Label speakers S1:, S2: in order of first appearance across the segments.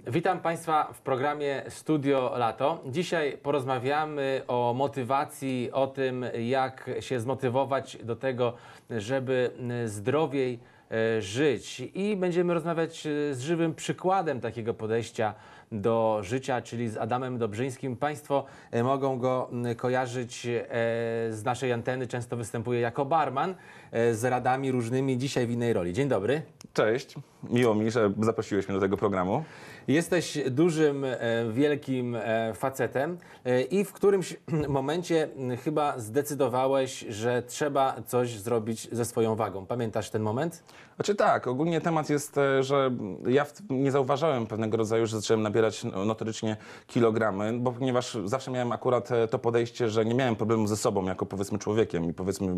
S1: Witam Państwa w programie Studio Lato. Dzisiaj porozmawiamy o motywacji, o tym, jak się zmotywować do tego, żeby zdrowiej żyć. I będziemy rozmawiać z żywym przykładem takiego podejścia do życia, czyli z Adamem Dobrzyńskim. Państwo mogą go kojarzyć z naszej anteny. Często występuje jako barman z radami różnymi. Dzisiaj w innej roli. Dzień dobry.
S2: Cześć, miło mi, że zaprosiłeś mnie do tego programu.
S1: Jesteś dużym, wielkim facetem i w którymś momencie chyba zdecydowałeś, że trzeba coś zrobić ze swoją wagą. Pamiętasz ten moment?
S2: Znaczy tak, ogólnie temat jest, że ja nie zauważałem pewnego rodzaju, że zacząłem nabierać notorycznie kilogramy, bo ponieważ zawsze miałem akurat to podejście, że nie miałem problemu ze sobą jako powiedzmy człowiekiem i powiedzmy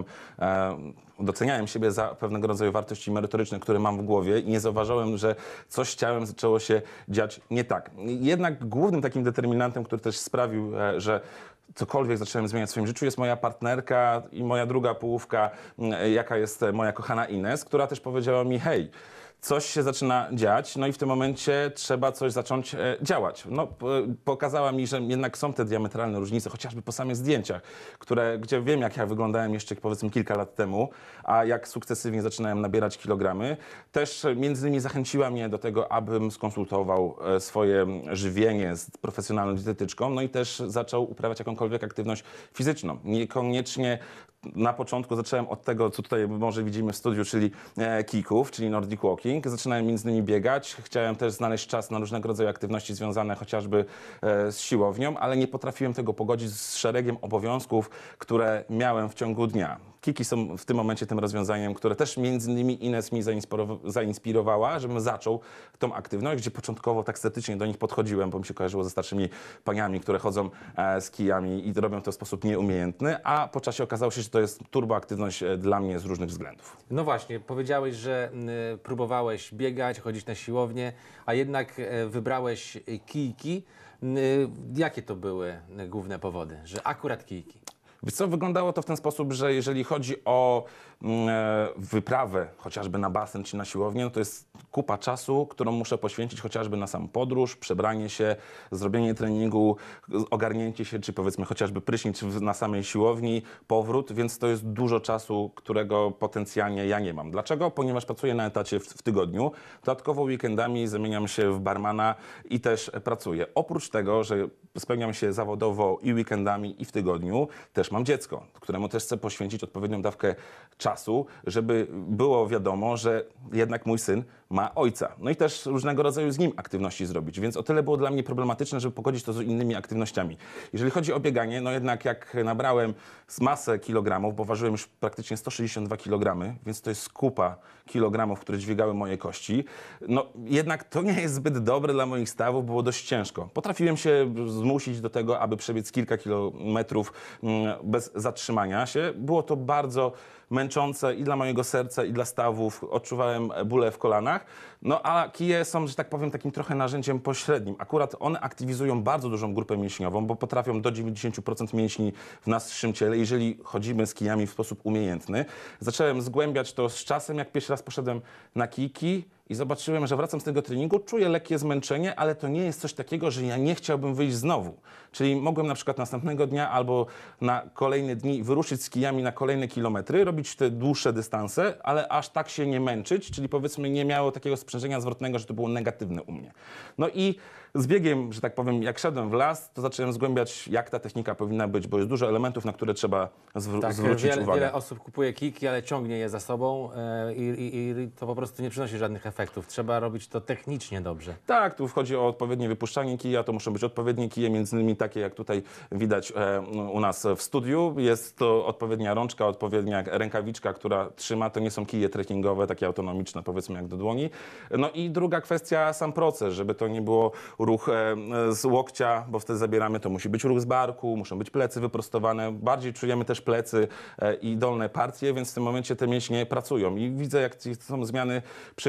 S2: doceniałem siebie za pewnego rodzaju wartości merytoryczne, które mam w głowie i nie zauważałem, że coś z ciałem zaczęło się dziać nie tak. Jednak głównym takim determinantem, który też sprawił, że cokolwiek zacząłem zmieniać w swoim życiu, jest moja partnerka i moja druga połówka, jaka jest moja kochana Ines, która też powiedziała mi: hej, coś się zaczyna dziać, no i w tym momencie trzeba coś zacząć działać. No, pokazała mi, że jednak są te diametralne różnice, chociażby po samych zdjęciach, gdzie wiem, jak ja wyglądałem jeszcze powiedzmy kilka lat temu, a jak sukcesywnie zaczynałem nabierać kilogramy. Też między innymi zachęciła mnie do tego, abym skonsultował swoje żywienie z profesjonalną dietetyczką, no i też zaczął uprawiać jakąkolwiek aktywność fizyczną. Niekoniecznie na początku zacząłem od tego, co tutaj może widzimy w studiu, czyli kików, czyli Nordic Walking. Zaczynałem między innymi biegać. Chciałem też znaleźć czas na różnego rodzaju aktywności związane chociażby z siłownią, ale nie potrafiłem tego pogodzić z szeregiem obowiązków, które miałem w ciągu dnia. Kiki są w tym momencie tym rozwiązaniem, które też między innymi Ines mi zainspirowała, żebym zaczął tą aktywność, gdzie początkowo tak estetycznie do nich podchodziłem, bo mi się kojarzyło ze starszymi paniami, które chodzą z kijami i robią to w sposób nieumiejętny, a po czasie okazało się, że to jest turboaktywność dla mnie z różnych względów.
S1: No właśnie, powiedziałeś, że próbowałeś biegać, chodzić na siłownię, a jednak wybrałeś kijki. Jakie to były główne powody, że akurat kijki?
S2: Wiesz co, wyglądało to w ten sposób, że jeżeli chodzi o wyprawę chociażby na basen czy na siłownię, no to jest kupa czasu, którą muszę poświęcić chociażby na sam podróż, przebranie się, zrobienie treningu, ogarnięcie się, czy powiedzmy chociażby prysznic na samej siłowni, powrót, więc to jest dużo czasu, którego potencjalnie ja nie mam. Dlaczego? Ponieważ pracuję na etacie w tygodniu, dodatkowo weekendami zamieniam się w barmana i też pracuję. Oprócz tego, że spełniam się zawodowo i weekendami, i w tygodniu, też mam dziecko, któremu też chcę poświęcić odpowiednią dawkę czasu, żeby było wiadomo, że jednak mój syn ma ojca. No i też różnego rodzaju z nim aktywności zrobić, więc o tyle było dla mnie problematyczne, żeby pogodzić to z innymi aktywnościami. Jeżeli chodzi o bieganie, no jednak jak nabrałem masę kilogramów, bo ważyłem już praktycznie 162 kg, więc to jest kupa kilogramów, które dźwigały moje kości, no jednak to nie jest zbyt dobre dla moich stawów, było dość ciężko. Potrafiłem się zmusić do tego, aby przebiec kilka kilometrów bez zatrzymania się. Było to bardzo męczące i dla mojego serca, i dla stawów. Odczuwałem bóle w kolanach. No a kije są, że tak powiem, takim trochę narzędziem pośrednim. Akurat one aktywizują bardzo dużą grupę mięśniową, bo potrafią do 90% mięśni w naszym ciele, jeżeli chodzimy z kijami w sposób umiejętny. Zacząłem zgłębiać to z czasem, jak pierwszy raz poszedłem na kijki i zobaczyłem, że wracam z tego treningu, czuję lekkie zmęczenie, ale to nie jest coś takiego, że ja nie chciałbym wyjść znowu. Czyli mogłem na przykład następnego dnia albo na kolejne dni wyruszyć z kijami na kolejne kilometry, robić te dłuższe dystanse, ale aż tak się nie męczyć, czyli powiedzmy nie miało takiego sprzężenia zwrotnego, że to było negatywne u mnie. No i z biegiem, że tak powiem, jak szedłem w las, to zacząłem zgłębiać, jak ta technika powinna być, bo jest dużo elementów, na które trzeba zwrócić uwagę.
S1: Wiele osób kupuje kijki, ale ciągnie je za sobą i to po prostu nie przynosi żadnych efektów. Trzeba robić to technicznie dobrze.
S2: Tak, tu wchodzi o odpowiednie wypuszczanie kija, to muszą być odpowiednie kije, między innymi takie, jak tutaj widać u nas w studiu. Jest to odpowiednia rączka, odpowiednia rękawiczka, która trzyma. To nie są kije trekkingowe, takie autonomiczne, powiedzmy jak do dłoni. No i druga kwestia, sam proces, żeby to nie było ruch z łokcia, bo wtedy zabieramy, to musi być ruch z barku, muszą być plecy wyprostowane. Bardziej czujemy też plecy i dolne partie, więc w tym momencie te mięśnie pracują. I widzę, jak są zmiany przy kolejnych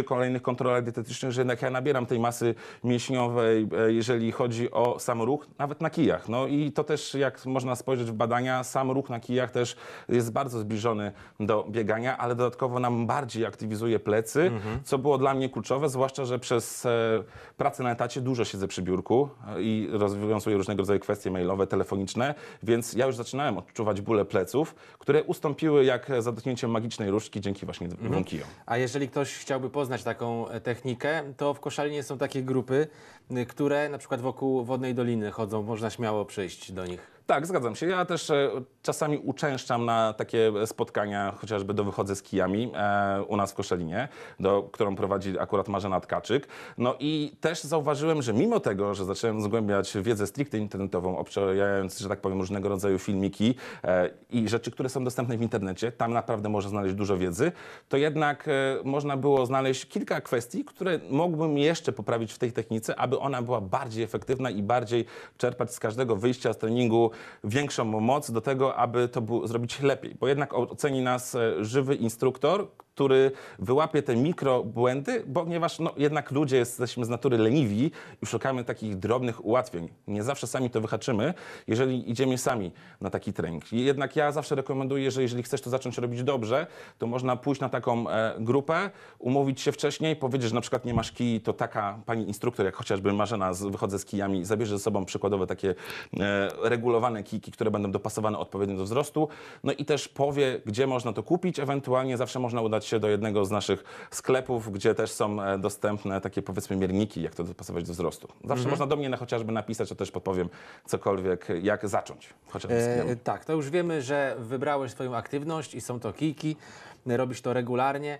S2: innych kontrolach dietetycznych, że jednak ja nabieram tej masy mięśniowej, jeżeli chodzi o sam ruch, nawet na kijach. No i to też, jak można spojrzeć w badania, sam ruch na kijach też jest bardzo zbliżony do biegania, ale dodatkowo nam bardziej aktywizuje plecy, co było dla mnie kluczowe, zwłaszcza, że przez pracę na etacie dużo siedzę przy biurku i rozwiązuję różnego rodzaju kwestie mailowe, telefoniczne, więc ja już zaczynałem odczuwać bóle pleców, które ustąpiły jak za dotknięciem magicznej różdżki dzięki właśnie wąkijom.
S1: A jeżeli ktoś chciałby poznać taką technikę, to w Koszalinie są takie grupy, które na przykład wokół Wodnej Doliny chodzą, można śmiało przyjść do nich.
S2: Tak, zgadzam się. Ja też czasami uczęszczam na takie spotkania, chociażby wychodzę z kijami u nas w Koszalinie, którą prowadzi akurat Marzena Tkaczyk. No i też zauważyłem, że mimo tego, że zacząłem zgłębiać wiedzę stricte internetową, obczajając, że tak powiem, różnego rodzaju filmiki i rzeczy, które są dostępne w internecie, tam naprawdę można znaleźć dużo wiedzy, to jednak można było znaleźć kilka kwestii, które mógłbym jeszcze poprawić w tej technice, aby ona była bardziej efektywna i bardziej czerpać z każdego wyjścia z treningu większą moc do tego, aby to zrobić lepiej. Bo jednak oceni nas żywy instruktor, który wyłapie te mikrobłędy, ponieważ jednak ludzie jesteśmy z natury leniwi i szukamy takich drobnych ułatwień. Nie zawsze sami to wyhaczymy, jeżeli idziemy sami na taki trening. I jednak ja zawsze rekomenduję, że jeżeli chcesz to zacząć robić dobrze, to można pójść na taką grupę, umówić się wcześniej, powiedzieć, że na przykład nie masz kij, to taka pani instruktor, jak chociażby Marzena, wychodzę z kijami, zabierze ze sobą przykładowe takie regulowane kijki, które będą dopasowane odpowiednio do wzrostu, no i też powie, gdzie można to kupić, ewentualnie zawsze można udać się do jednego z naszych sklepów, gdzie też są dostępne takie, powiedzmy, mierniki, jak to dopasować do wzrostu. Zawsze można do mnie chociażby napisać, to też podpowiem cokolwiek, jak zacząć. Chociażby z kijami.
S1: Tak, to już wiemy, że wybrałeś swoją aktywność i są to kijki, robisz to regularnie,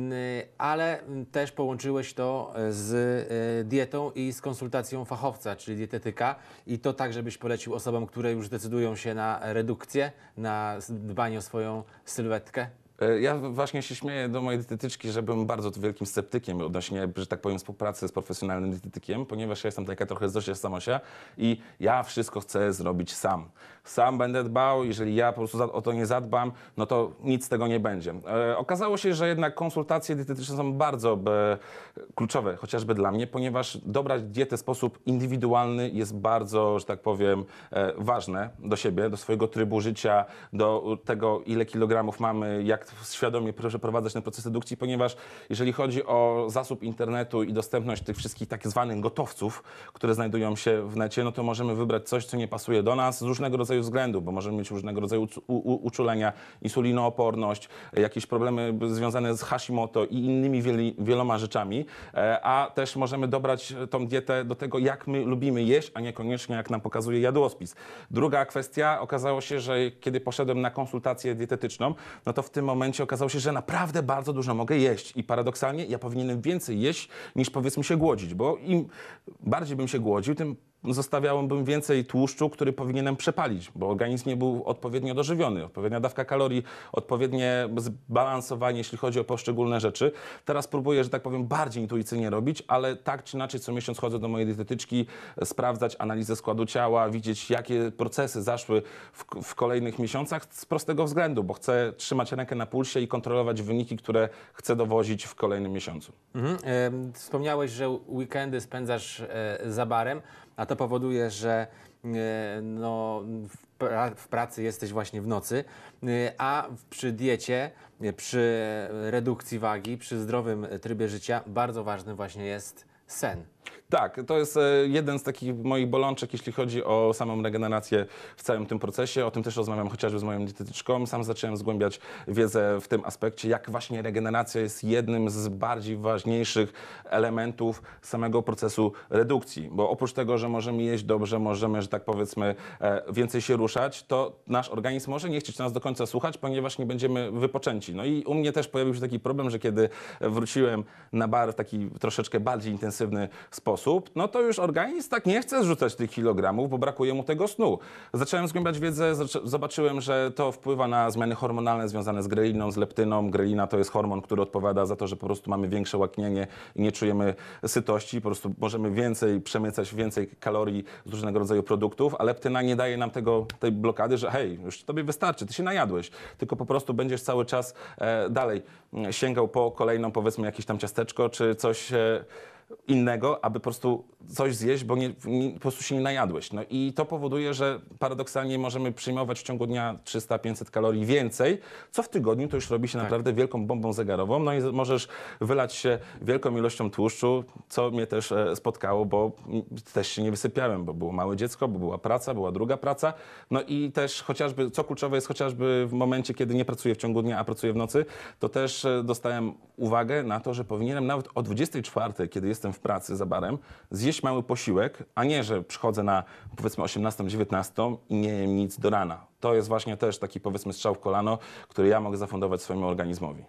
S1: ale też połączyłeś to z dietą i z konsultacją fachowca, czyli dietetyka, i to tak, żebyś polecił osobom, które już decydują się na redukcję, na dbanie o swoją sylwetkę.
S2: Ja właśnie się śmieję do mojej dietetyczki, że byłem bardzo wielkim sceptykiem odnośnie, że tak powiem, współpracy z profesjonalnym dietetykiem, ponieważ ja jestem taka trochę Zosia Samosia i ja wszystko chcę zrobić sam. Sam będę dbał, jeżeli ja po prostu o to nie zadbam, no to nic z tego nie będzie. Okazało się, że jednak konsultacje dietetyczne są bardzo kluczowe, chociażby dla mnie, ponieważ dobrać dietę w sposób indywidualny jest bardzo, że tak powiem, ważne do siebie, do swojego trybu życia, do tego, ile kilogramów mamy, jak świadomie przeprowadzać ten proces redukcji, ponieważ jeżeli chodzi o zasób internetu i dostępność tych wszystkich tak zwanych gotowców, które znajdują się w necie, no to możemy wybrać coś, co nie pasuje do nas z różnego rodzaju względów, bo możemy mieć różnego rodzaju uczulenia, insulinooporność, jakieś problemy związane z Hashimoto i innymi wieloma rzeczami, a też możemy dobrać tą dietę do tego, jak my lubimy jeść, a niekoniecznie jak nam pokazuje jadłospis. Druga kwestia, okazało się, że kiedy poszedłem na konsultację dietetyczną, no to w tym momencie okazało się, że naprawdę bardzo dużo mogę jeść i paradoksalnie ja powinienem więcej jeść niż, powiedzmy, się głodzić, bo im bardziej bym się głodził, tym zostawiałbym więcej tłuszczu, który powinienem przepalić, bo organizm nie był odpowiednio dożywiony, odpowiednia dawka kalorii, odpowiednie zbalansowanie, jeśli chodzi o poszczególne rzeczy. Teraz próbuję, że tak powiem, bardziej intuicyjnie robić, ale tak czy inaczej co miesiąc chodzę do mojej dietetyczki, sprawdzać analizę składu ciała, widzieć, jakie procesy zaszły w kolejnych miesiącach z prostego względu, bo chcę trzymać rękę na pulsie i kontrolować wyniki, które chcę dowozić w kolejnym miesiącu.
S1: Wspomniałeś, że weekendy spędzasz za barem, a to powoduje, że w pracy jesteś właśnie w nocy, a przy diecie, przy redukcji wagi, przy zdrowym trybie życia bardzo ważny właśnie jest sen.
S2: Tak, to jest jeden z takich moich bolączek, jeśli chodzi o samą regenerację w całym tym procesie. O tym też rozmawiam chociażby z moją dietetyczką. Sam zacząłem zgłębiać wiedzę w tym aspekcie, jak właśnie regeneracja jest jednym z bardziej ważniejszych elementów samego procesu redukcji. Bo oprócz tego, że możemy jeść dobrze, możemy, że tak powiedzmy, więcej się ruszać, to nasz organizm może nie chcieć nas do końca słuchać, ponieważ nie będziemy wypoczęci. No i u mnie też pojawił się taki problem, że kiedy wróciłem na bar w taki troszeczkę bardziej intensywny sposób, sposób, no to już organizm tak nie chce zrzucać tych kilogramów, bo brakuje mu tego snu. Zacząłem zgłębiać wiedzę, zobaczyłem, że to wpływa na zmiany hormonalne związane z greliną, z leptyną. Grelina to jest hormon, który odpowiada za to, że po prostu mamy większe łaknienie i nie czujemy sytości, po prostu możemy więcej przemycać, więcej kalorii z różnego rodzaju produktów, a leptyna nie daje nam tej blokady, że hej, już tobie wystarczy, ty się najadłeś, tylko po prostu będziesz cały czas dalej sięgał po kolejną, powiedzmy, jakieś tam ciasteczko, czy coś innego, aby po prostu coś zjeść, bo po prostu się nie najadłeś. No i to powoduje, że paradoksalnie możemy przyjmować w ciągu dnia 300-500 kalorii więcej, co w tygodniu to już robi się naprawdę wielką bombą zegarową. No i możesz wylać się wielką ilością tłuszczu, co mnie też spotkało, bo też się nie wysypiałem, bo było małe dziecko, bo była praca, była druga praca. No i też chociażby, co kluczowe jest chociażby w momencie, kiedy nie pracuję w ciągu dnia, a pracuję w nocy, to też dostałem uwagę na to, że powinienem nawet o 24, kiedy jestem w pracy za barem, zjeść mały posiłek, a nie, że przychodzę na powiedzmy 18-19 i nie jem nic do rana. To jest właśnie też taki powiedzmy strzał w kolano, który ja mogę zafundować swojemu organizmowi.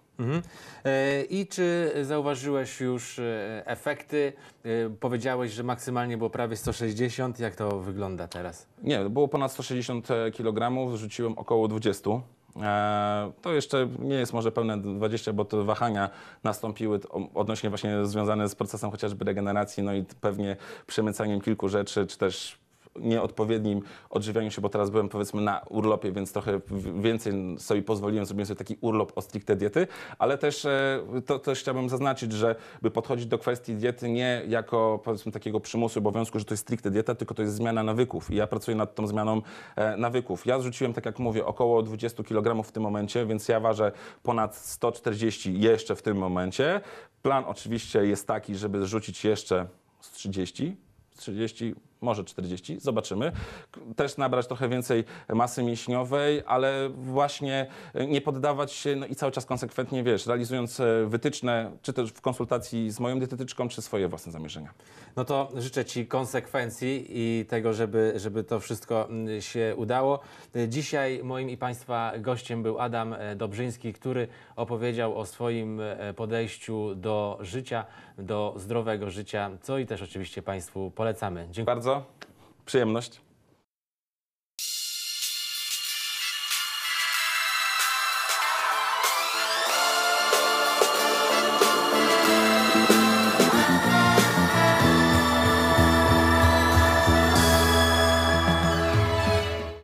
S1: I czy zauważyłeś już efekty? Powiedziałeś, że maksymalnie było prawie 160. Jak to wygląda teraz?
S2: Nie, było ponad 160 kg, zrzuciłem około 20. To jeszcze nie jest może pełne 20, bo te wahania nastąpiły odnośnie właśnie związane z procesem chociażby regeneracji, no i pewnie przemycaniem kilku rzeczy, czy też nieodpowiednim odżywianiu się, bo teraz byłem powiedzmy na urlopie, więc trochę więcej sobie pozwoliłem, zrobiłem sobie taki urlop o stricte diety, ale też to też chciałbym zaznaczyć, że by podchodzić do kwestii diety nie jako powiedzmy takiego przymusu, obowiązku, że to jest stricte dieta, tylko to jest zmiana nawyków i ja pracuję nad tą zmianą nawyków. Ja zrzuciłem, tak jak mówię, około 20 kg w tym momencie, więc ja ważę ponad 140 jeszcze w tym momencie. Plan oczywiście jest taki, żeby zrzucić jeszcze z 30, może 40, zobaczymy. Też nabrać trochę więcej masy mięśniowej, ale właśnie nie poddawać się, no i cały czas konsekwentnie, wiesz, realizując wytyczne, czy też w konsultacji z moją dietetyczką, czy swoje własne zamierzenia.
S1: No to życzę Ci konsekwencji i tego, żeby to wszystko się udało. Dzisiaj moim i Państwa gościem był Adam Dobrzyński, który opowiedział o swoim podejściu do życia, do zdrowego życia, co i też oczywiście Państwu polecamy. Dziękuję
S2: Bardzo przyjemność.